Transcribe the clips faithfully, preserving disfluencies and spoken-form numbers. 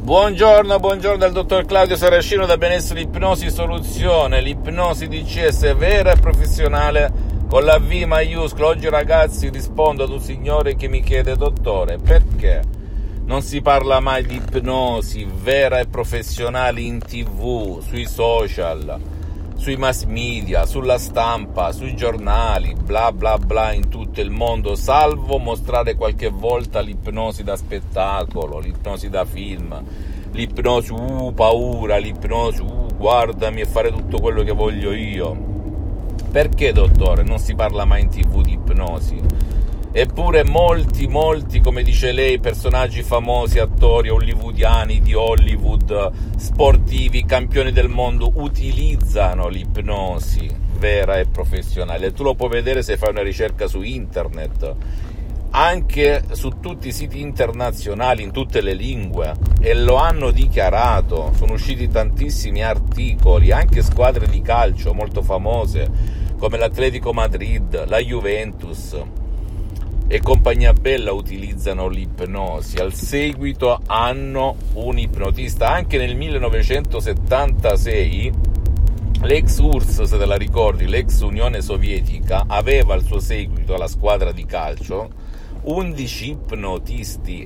Buongiorno, buongiorno dal dottor Claudio Saracino da Benessere Ipnosi Soluzione, l'ipnosi D C S vera e professionale con la V maiuscola. Oggi ragazzi rispondo ad un signore che mi chiede: dottore, perché non si parla mai di ipnosi vera e professionale in tv, sui social, sui mass media, sulla stampa, sui giornali, bla bla bla in tutto il mondo, salvo mostrare qualche volta l'ipnosi da spettacolo, l'ipnosi da film, l'ipnosi uh paura, l'ipnosi uh guardami e fare tutto quello che voglio io. Perché, dottore, non si parla mai in tv di ipnosi? Eppure molti, molti, come dice lei, personaggi famosi, attori hollywoodiani di Hollywood, sportivi, campioni del mondo, utilizzano l'ipnosi vera e professionale. Tu lo puoi vedere se fai una ricerca su internet, anche su tutti i siti internazionali, in tutte le lingue, e lo hanno dichiarato. Sono usciti tantissimi articoli, anche squadre di calcio molto famose, come l'Atletico Madrid, la Juventus e compagnia bella utilizzano l'ipnosi. Al seguito hanno un ipnotista. Anche nel millenovecentosettantasei l'ex U R S S, se te la ricordi, l'ex Unione Sovietica, aveva al suo seguito alla squadra di calcio undici ipnotisti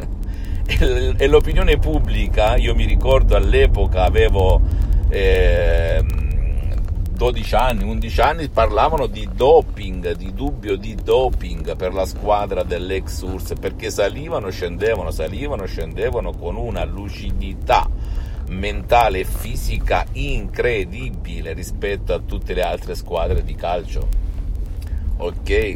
e l'opinione pubblica, io mi ricordo all'epoca avevo eh, dodici anni, undici anni, parlavano di doping, di dubbio di doping per la squadra dell'ex U R S S, perché salivano, scendevano, salivano, scendevano con una lucidità mentale e fisica incredibile rispetto a tutte le altre squadre di calcio. Ok?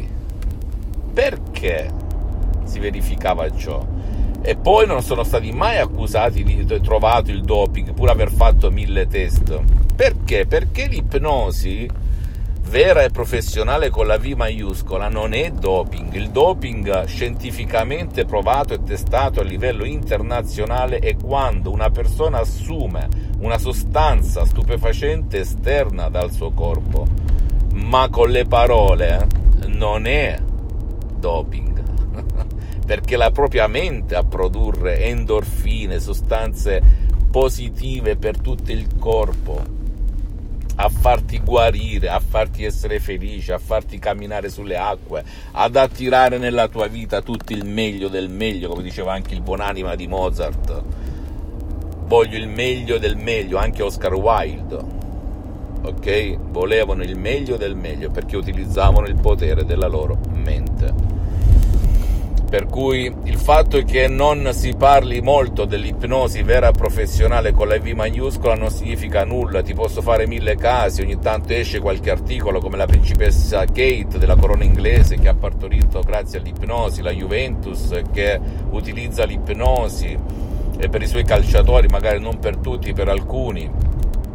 Perché si verificava ciò? E poi non sono stati mai accusati di trovato il doping, pur aver fatto mille test. Perché? Perché l'ipnosi vera e professionale con la V maiuscola non è doping. Il doping scientificamente provato e testato a livello internazionale è quando una persona assume una sostanza stupefacente esterna dal suo corpo, ma con le parole non è doping, perché è la propria mente a produrre endorfine, sostanze positive per tutto il corpo, a farti guarire, a farti essere felice, a farti camminare sulle acque, ad attirare nella tua vita tutto il meglio del meglio, come diceva anche il buonanima di Mozart. Voglio il meglio del meglio, anche Oscar Wilde, ok? Volevano il meglio del meglio perché utilizzavano il potere della loro mente. Per cui il fatto che non si parli molto dell'ipnosi vera e professionale con la V maiuscola non significa nulla. Ti posso fare mille casi, ogni tanto esce qualche articolo come la principessa Kate della corona inglese che ha partorito grazie all'ipnosi, la Juventus che utilizza l'ipnosi e per i suoi calciatori, magari non per tutti, per alcuni.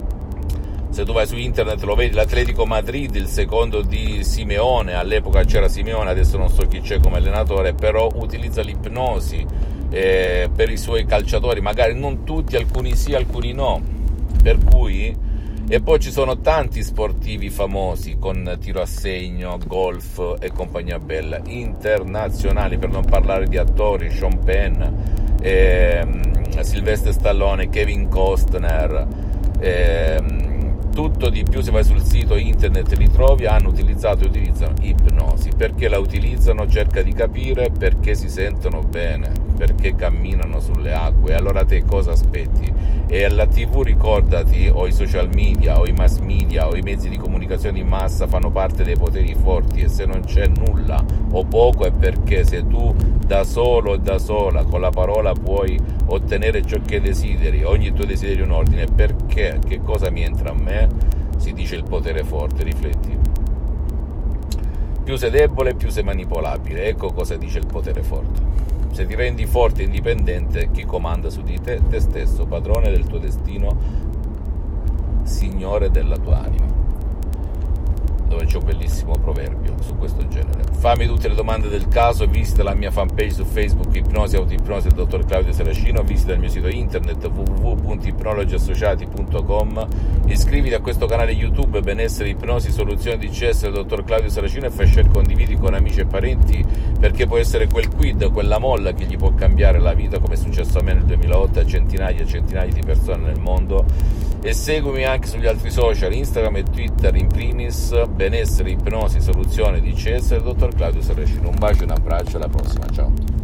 Se tu vai su internet lo vedi, l'Atletico Madrid, il secondo di Simeone, all'epoca c'era Simeone, adesso non so chi c'è come allenatore, però utilizza l'ipnosi eh, per i suoi calciatori, magari non tutti, alcuni sì, alcuni no, per cui, e poi ci sono tanti sportivi famosi con tiro a segno, golf e compagnia bella, internazionali, per non parlare di attori, Sean Penn, eh, Sylvester Stallone, Kevin Costner, eh, tutto di più. Se vai sul sito internet li trovi, hanno utilizzato e utilizzano ipnosi. Perché la utilizzano? Cerca di capire perché si sentono bene, perché camminano sulle acque. Allora te cosa aspetti? E alla tv, ricordati, o i social media o i mass media o i mezzi di comunicazione in massa fanno parte dei poteri forti, e se non c'è nulla o poco è perché se tu da solo e da sola con la parola puoi ottenere ciò che desideri, ogni tuo desiderio in ordine, perché che cosa mi entra a me? Si dice il potere forte, rifletti. Più sei debole, più sei manipolabile. Ecco cosa dice il potere forte. Se ti rendi forte e indipendente, chi comanda su di te? Te stesso, padrone del tuo destino, signore della tua anima. dove c'è un bellissimo proverbio su questo genere. Fammi tutte le domande del caso, visita la mia fanpage su Facebook Ipnosi Autoipnosi del dottor Claudio Saracino, visita il mio sito internet w w w punto ipnologi associati punto com, iscriviti a questo canale YouTube Benessere Ipnosi Soluzione D C S del dottor Claudio Saracino e fai share, condividi con amici e parenti, perché può essere quel quid, quella molla che gli può cambiare la vita, come è successo a me nel duemilaotto, a centinaia e centinaia di persone nel mondo. E seguimi anche sugli altri social, Instagram e Twitter in primis, Benessere Ipnosi Soluzione D C S del dottor Claudio Saracino. Un bacio e un abbraccio, alla prossima, ciao.